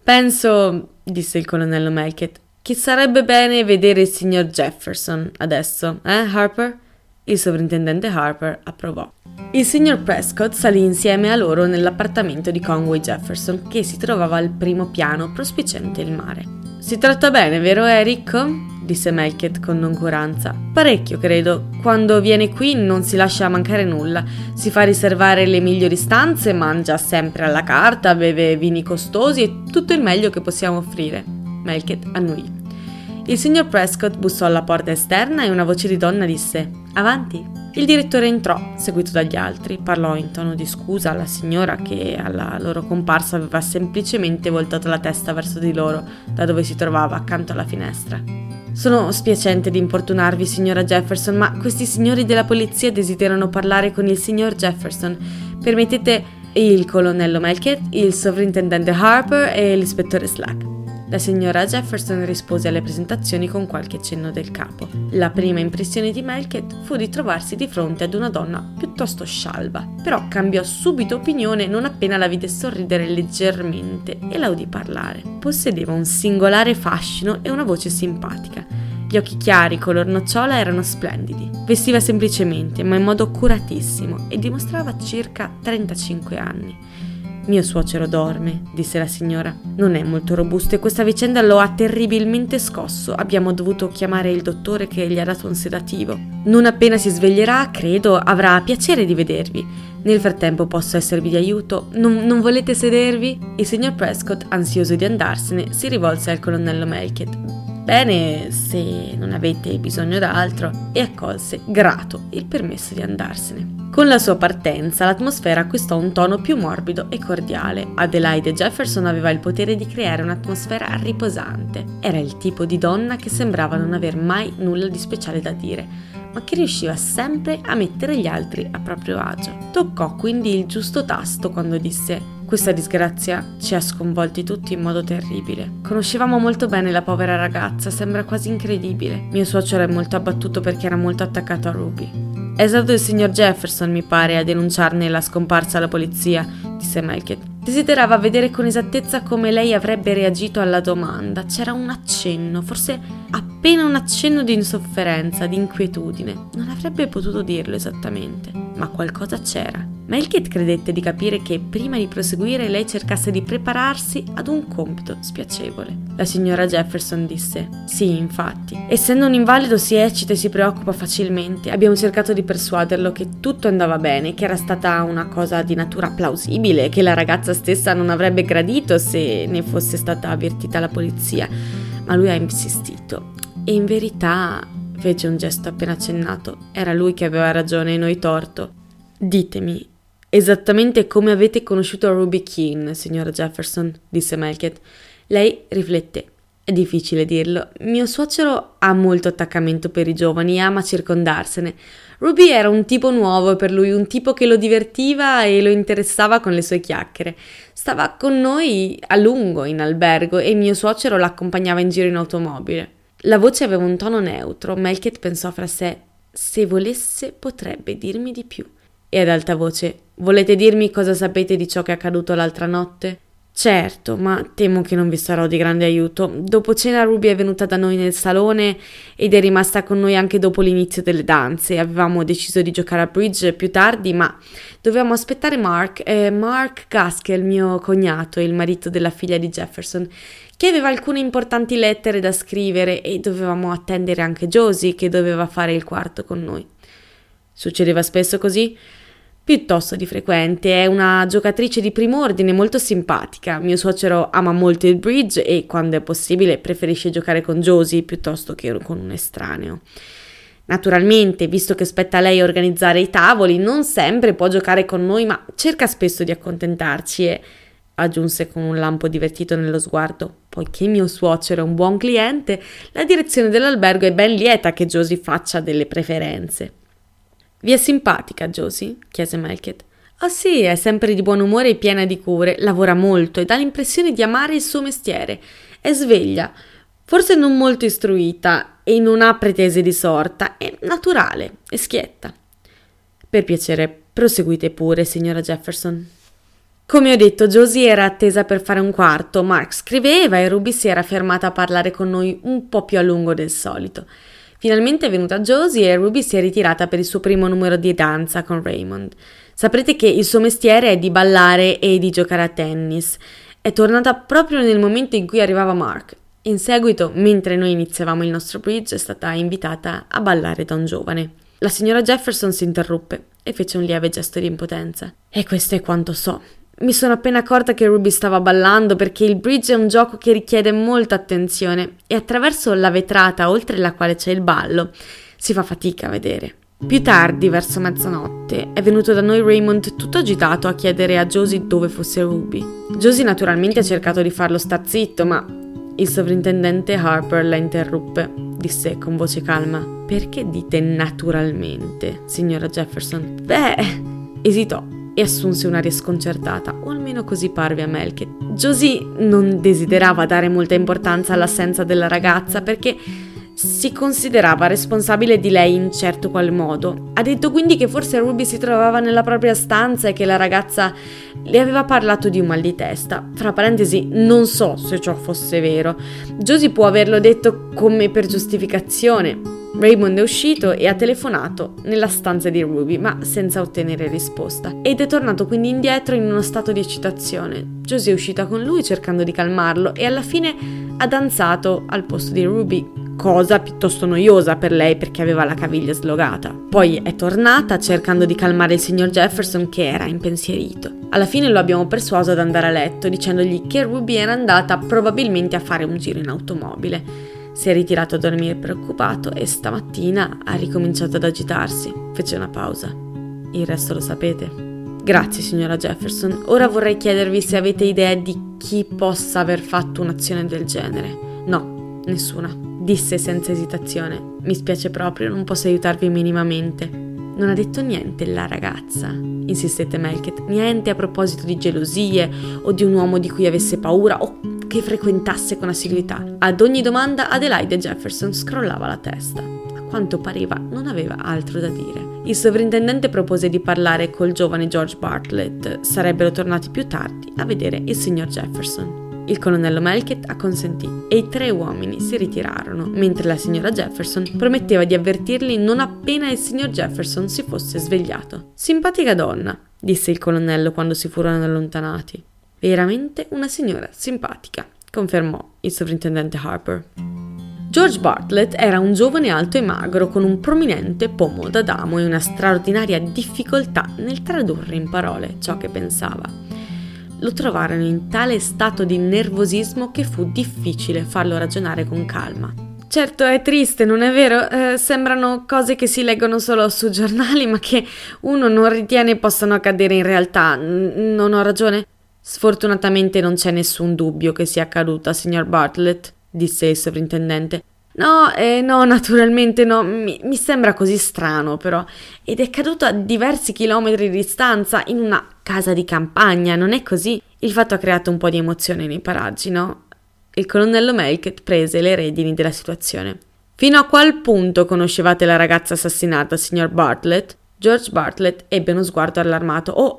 Penso, disse il colonnello Melkett, che sarebbe bene vedere il signor Jefferson adesso, eh, Harper? Il sovrintendente Harper approvò. Il signor Prescott salì insieme a loro nell'appartamento di Conway Jefferson, che si trovava al primo piano, prospiciente il mare. Si tratta bene, vero Eric? disse Melchiett con noncuranza. Parecchio, credo. Quando viene qui non si lascia mancare nulla. Si fa riservare le migliori stanze, mangia sempre alla carta, beve vini costosi e tutto il meglio che possiamo offrire. Melchiett annuì. Il signor Prescott bussò alla porta esterna e una voce di donna disse: «Avanti». Il direttore entrò, seguito dagli altri. Parlò in tono di scusa alla signora che alla loro comparsa aveva semplicemente voltato la testa verso di loro, da dove si trovava accanto alla finestra. «Sono spiacente di importunarvi, signora Jefferson, ma questi signori della polizia desiderano parlare con il signor Jefferson. Permettete il colonnello Melchiett, il sovrintendente Harper e l'ispettore Slack». La signora Jefferson rispose alle presentazioni con qualche cenno del capo. La prima impressione di Melchiett fu di trovarsi di fronte ad una donna piuttosto scialba, però cambiò subito opinione non appena la vide sorridere leggermente e la udì parlare. Possedeva un singolare fascino e una voce simpatica. Gli occhi chiari color nocciola erano splendidi. Vestiva semplicemente, ma in modo curatissimo, e dimostrava circa trentacinque anni. «Mio suocero dorme», disse la signora. «Non è molto robusto e questa vicenda lo ha terribilmente scosso. Abbiamo dovuto chiamare il dottore che gli ha dato un sedativo. Non appena si sveglierà, credo, avrà piacere di vedervi. Nel frattempo posso esservi di aiuto? Non, non volete sedervi?» Il signor Prescott, ansioso di andarsene, si rivolse al colonnello Melchiett. «Bene, se non avete bisogno d'altro», e accolse, grato, il permesso di andarsene. Con la sua partenza l'atmosfera acquistò un tono più morbido e cordiale. Adelaide Jefferson aveva il potere di creare un'atmosfera riposante. Era il tipo di donna che sembrava non aver mai nulla di speciale da dire, ma che riusciva sempre a mettere gli altri a proprio agio. Toccò quindi il giusto tasto quando disse: «Questa disgrazia ci ha sconvolti tutti in modo terribile. Conoscevamo molto bene la povera ragazza, sembra quasi incredibile. Mio suocero è molto abbattuto perché era molto attaccato a Ruby». «È stato il signor Jefferson, mi pare, a denunciarne la scomparsa alla polizia», disse Melchiett. «Desiderava vedere con esattezza come lei avrebbe reagito alla domanda. C'era un accenno, forse appena un accenno di insofferenza, di inquietudine. Non avrebbe potuto dirlo esattamente, ma qualcosa c'era». Melchiett credette di capire che prima di proseguire lei cercasse di prepararsi ad un compito spiacevole. La signora Jefferson disse: «Sì, infatti. Essendo un invalido si eccita e si preoccupa facilmente. Abbiamo cercato di persuaderlo che tutto andava bene, che era stata una cosa di natura plausibile, che la ragazza stessa non avrebbe gradito se ne fosse stata avvertita la polizia, ma lui ha insistito. E in verità», fece un gesto appena accennato, «era lui che aveva ragione e noi torto. Ditemi esattamente come avete conosciuto Ruby Keene, signora Jefferson», disse Melchiett. Lei rifletté. «È difficile dirlo. Mio suocero ha molto attaccamento per i giovani e ama circondarsene. Ruby era un tipo nuovo per lui, un tipo che lo divertiva e lo interessava con le sue chiacchiere. Stava con noi a lungo in albergo e mio suocero l'accompagnava in giro in automobile». La voce aveva un tono neutro. Melchiett pensò fra sé: «Se volesse potrebbe dirmi di più». E ad alta voce: «Volete dirmi cosa sapete di ciò che è accaduto l'altra notte?» «Certo, ma temo che non vi sarò di grande aiuto. Dopo cena Ruby è venuta da noi nel salone ed è rimasta con noi anche dopo l'inizio delle danze. Avevamo deciso di giocare a bridge più tardi, ma dovevamo aspettare Mark, eh, Mark Gaskell, mio cognato, il marito della figlia di Jefferson, che aveva alcune importanti lettere da scrivere, e dovevamo attendere anche Josie, che doveva fare il quarto con noi». «Succedeva spesso così?» «Piuttosto di frequente. È una giocatrice di primo ordine, molto simpatica. Mio suocero ama molto il bridge e, quando è possibile, preferisce giocare con Josie piuttosto che con un estraneo. Naturalmente, visto che spetta a lei organizzare i tavoli, non sempre può giocare con noi, ma cerca spesso di accontentarci e», aggiunse con un lampo divertito nello sguardo, «poiché mio suocero è un buon cliente, la direzione dell'albergo è ben lieta che Josie faccia delle preferenze». «Vi è simpatica Josie?» chiese Melchiett. «Oh sì, è sempre di buon umore e piena di cure, lavora molto e dà l'impressione di amare il suo mestiere. È sveglia, forse non molto istruita e non ha pretese di sorta, è naturale e schietta». «Per piacere, proseguite pure, signora Jefferson». «Come ho detto, Josie era attesa per fare un quarto, Mark scriveva e Ruby si era fermata a parlare con noi un po' più a lungo del solito. Finalmente è venuta Josie e Ruby si è ritirata per il suo primo numero di danza con Raymond. Saprete che il suo mestiere è di ballare e di giocare a tennis. È tornata proprio nel momento in cui arrivava Mark. In seguito, mentre noi iniziavamo il nostro bridge, è stata invitata a ballare da un giovane. La signora Jefferson si interruppe e fece un lieve gesto di impotenza. E questo è quanto so. Mi sono appena accorta che Ruby stava ballando perché il bridge è un gioco che richiede molta attenzione e attraverso la vetrata oltre la quale c'è il ballo si fa fatica a vedere. Più tardi, verso mezzanotte, è venuto da noi Raymond tutto agitato a chiedere a Josie dove fosse Ruby. Josie naturalmente ha cercato di farlo star zitto, ma il sovrintendente Harper la interruppe. Disse con voce calma: perché dite naturalmente, signora Jefferson? Beh, esitò e assunse un'aria sconcertata, o almeno così parve a Melket. Josie non desiderava dare molta importanza all'assenza della ragazza perché si considerava responsabile di lei in certo qual modo. Ha detto quindi che forse Ruby si trovava nella propria stanza e che la ragazza le aveva parlato di un mal di testa. Fra parentesi, non so se ciò fosse vero. Josie può averlo detto come per giustificazione. Raymond è uscito e ha telefonato nella stanza di Ruby, ma senza ottenere risposta, ed è tornato quindi indietro in uno stato di eccitazione. Josie è uscita con lui cercando di calmarlo e alla fine ha danzato al posto di Ruby, cosa piuttosto noiosa per lei perché aveva la caviglia slogata. Poi è tornata cercando di calmare il signor Jefferson, che era impensierito. Alla fine lo abbiamo persuaso ad andare a letto dicendogli che Ruby era andata probabilmente a fare un giro in automobile. Si è ritirato a dormire preoccupato e stamattina ha ricominciato ad agitarsi. Fece una pausa. Il resto lo sapete. Grazie, signora Jefferson. Ora vorrei chiedervi se avete idea di chi possa aver fatto un'azione del genere. No, nessuna, disse senza esitazione. Mi spiace proprio, non posso aiutarvi minimamente. Non ha detto niente la ragazza, insistette Melket. Niente a proposito di gelosie o di un uomo di cui avesse paura o che frequentasse con assiduità. Ad ogni domanda Adelaide Jefferson scrollava la testa. A quanto pareva non aveva altro da dire. Il sovrintendente propose di parlare col giovane George Bartlett. Sarebbero tornati più tardi a vedere il signor Jefferson. Il colonnello Melket acconsentì e i tre uomini si ritirarono, mentre la signora Jefferson prometteva di avvertirli non appena il signor Jefferson si fosse svegliato. Simpatica donna, disse il colonnello quando si furono allontanati. Veramente una signora simpatica, confermò il sovrintendente Harper. George Bartlett era un giovane alto e magro con un prominente pomo d'Adamo e una straordinaria difficoltà nel tradurre in parole ciò che pensava. Lo trovarono in tale stato di nervosismo che fu difficile farlo ragionare con calma. Certo, è triste, non è vero? Eh, sembrano cose che si leggono solo su giornali, ma che uno non ritiene possano accadere in realtà. N- non ho ragione? Sfortunatamente non c'è nessun dubbio che sia accaduta, signor Bartlett, disse il sovrintendente. No, eh, no, naturalmente no, mi, mi sembra così strano però, ed è caduto a diversi chilometri di distanza in una casa di campagna, non è così? Il fatto ha creato un po' di emozione nei paraggi, no? Il colonnello Melket prese le redini della situazione. Fino a qual punto conoscevate la ragazza assassinata, signor Bartlett? George Bartlett ebbe uno sguardo allarmato. Oh,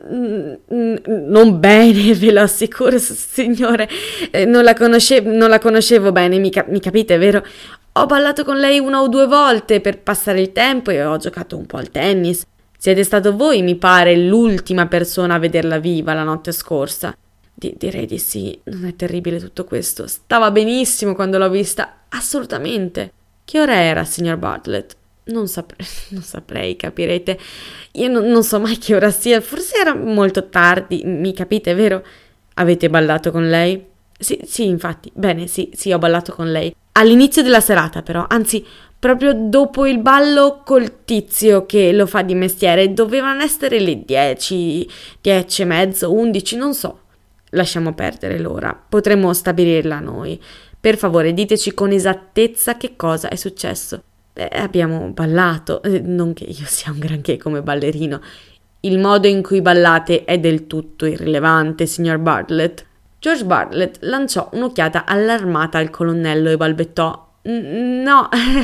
non bene, ve lo assicuro, signore, non la, conosce- non la conoscevo bene, mi, cap- mi capite, vero? Ho ballato con lei una o due volte per passare il tempo e ho giocato un po' al tennis. Siete stato voi, mi pare, l'ultima persona a vederla viva la notte scorsa. Di- direi di sì, non è terribile tutto questo. Stava benissimo quando l'ho vista, assolutamente. Che ora era, signor Bartlett? Non saprei, non saprei, capirete. Io non, non so mai che ora sia, forse era molto tardi, mi capite, vero? Avete ballato con lei? Sì, sì, infatti, bene, sì, sì, ho ballato con lei. All'inizio della serata, però, anzi, proprio dopo il ballo col tizio che lo fa di mestiere, dovevano essere le dieci, dieci e mezzo, undici, non so. Lasciamo perdere l'ora, potremmo stabilirla noi. Per favore, diteci con esattezza che cosa è successo. Eh, abbiamo ballato, eh, non che io sia un granché come ballerino. Il modo in cui ballate è del tutto irrilevante, signor Bartlett. George Bartlett lanciò un'occhiata allarmata al colonnello e balbettò: no,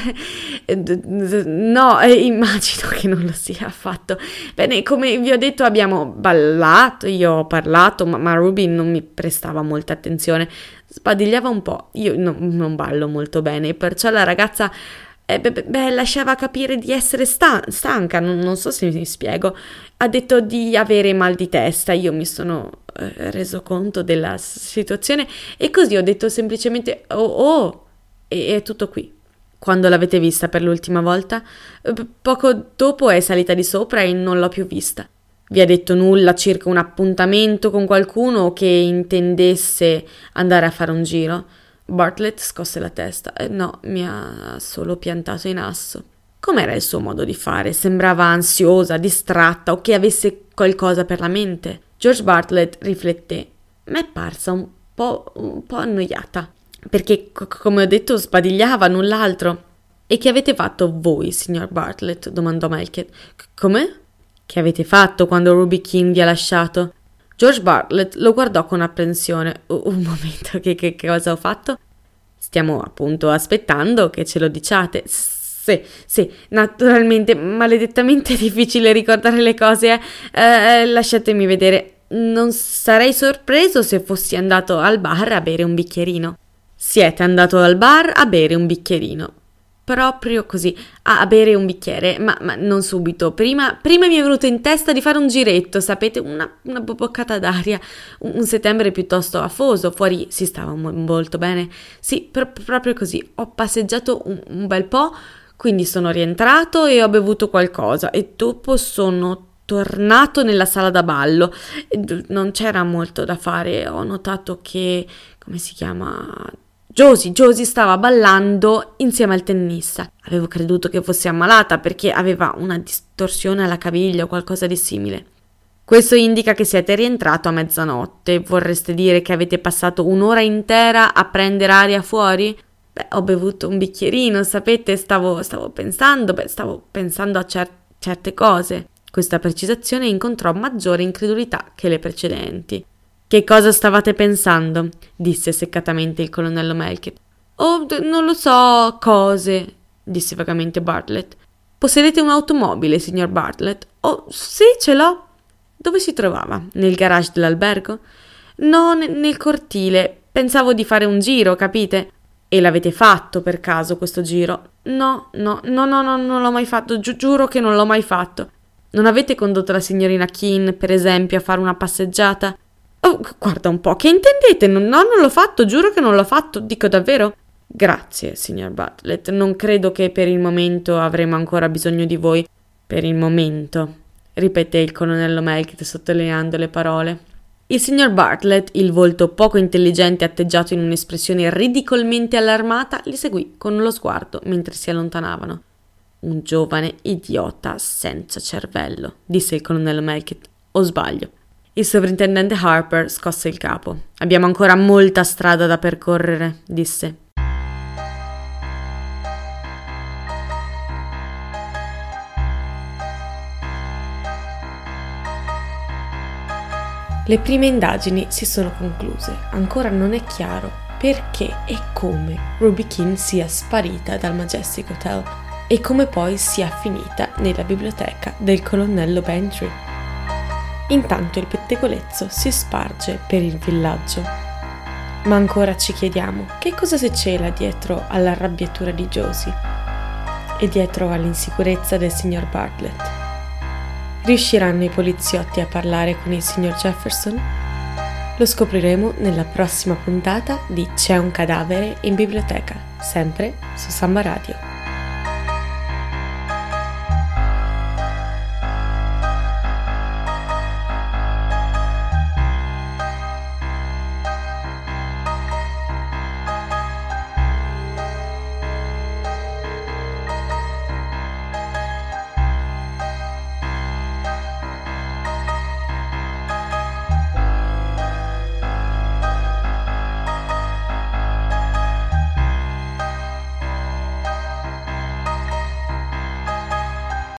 no, eh, immagino che non lo sia affatto. Bene, come vi ho detto abbiamo ballato, io ho parlato, ma, ma Ruby non mi prestava molta attenzione, sbadigliava un po', io no, non ballo molto bene, perciò la ragazza Eh, beh, beh, lasciava capire di essere stan- stanca, non, non so se mi spiego. Ha detto di avere mal di testa, io mi sono eh, reso conto della situazione e così ho detto semplicemente oh, oh e è tutto qui. Quando l'avete vista per l'ultima volta? P- poco dopo è salita di sopra e non l'ho più vista. Vi ha detto nulla circa un appuntamento con qualcuno che intendesse andare a fare un giro? Bartlett scosse la testa. Eh, no, mi ha solo piantato in asso. Com'era il suo modo di fare? Sembrava ansiosa, distratta o che avesse qualcosa per la mente? George Bartlett rifletté. M'è parsa un po', un po' annoiata, perché, co- come ho detto, sbadigliava, null'altro. E che avete fatto voi, signor Bartlett? Domandò Melchior. C- come? Che avete fatto quando Ruby Keene vi ha lasciato? George Bartlett lo guardò con apprensione. Uh, un momento, che, che, che cosa ho fatto? Stiamo appunto aspettando che ce lo diciate. Sì, sì, naturalmente, maledettamente difficile ricordare le cose, eh? Eh, lasciatemi vedere. Non sarei sorpreso se fossi andato al bar a bere un bicchierino. Siete andato al bar a bere un bicchierino. Proprio così, a, a bere un bicchiere, ma, ma non subito. Prima, prima mi è venuto in testa di fare un giretto, sapete, una, una boccata d'aria. Un, un settembre piuttosto afoso, fuori si stava mo- molto bene. Sì, pro- proprio così. Ho passeggiato un, un bel po', quindi sono rientrato e ho bevuto qualcosa e dopo sono tornato nella sala da ballo. Non c'era molto da fare, ho notato che, come si chiama... Josie, Josie stava ballando insieme al tennista. Avevo creduto che fosse ammalata perché aveva una distorsione alla caviglia o qualcosa di simile. Questo indica che siete rientrato a mezzanotte. Vorreste dire che avete passato un'ora intera a prendere aria fuori? Beh, ho bevuto un bicchierino, sapete, stavo, stavo pensando, beh, stavo pensando a cer- certe cose. Questa precisazione incontrò maggiore incredulità che le precedenti. Che cosa stavate pensando? Disse seccatamente il colonnello Melchior. Oh, d- non lo so, cose, disse vagamente Bartlett. Possedete un'automobile, signor Bartlett? Oh, sì, ce l'ho. Dove si trovava? Nel garage dell'albergo? No, ne- nel cortile. Pensavo di fare un giro, capite? E l'avete fatto per caso questo giro? No, no, no, no, no, non l'ho mai fatto, Gi- giuro che non l'ho mai fatto. Non avete condotto la signorina Keene, per esempio, a fare una passeggiata? Oh, guarda un po', che intendete? No, no, non l'ho fatto, giuro che non l'ho fatto, dico davvero. Grazie, signor Bartlett, non credo che per il momento avremo ancora bisogno di voi. Per il momento, ripeté il colonnello Melchior sottolineando le parole. Il signor Bartlett, il volto poco intelligente atteggiato in un'espressione ridicolmente allarmata, li seguì con lo sguardo mentre si allontanavano. Un giovane idiota senza cervello, disse il colonnello Melchior. O sbaglio? Il sovrintendente Harper scosse il capo. Abbiamo ancora molta strada da percorrere, disse. Le prime indagini si sono concluse. Ancora non è chiaro perché e come Ruby Keene sia sparita dal Majestic Hotel e come poi sia finita nella biblioteca del colonnello Bantry. Intanto il pettegolezzo si sparge per il villaggio. Ma ancora ci chiediamo che cosa si cela dietro all'arrabbiatura di Josie e dietro all'insicurezza del signor Bartlett. Riusciranno i poliziotti a parlare con il signor Jefferson? Lo scopriremo nella prossima puntata di C'è un cadavere in biblioteca, sempre su Samba Radio.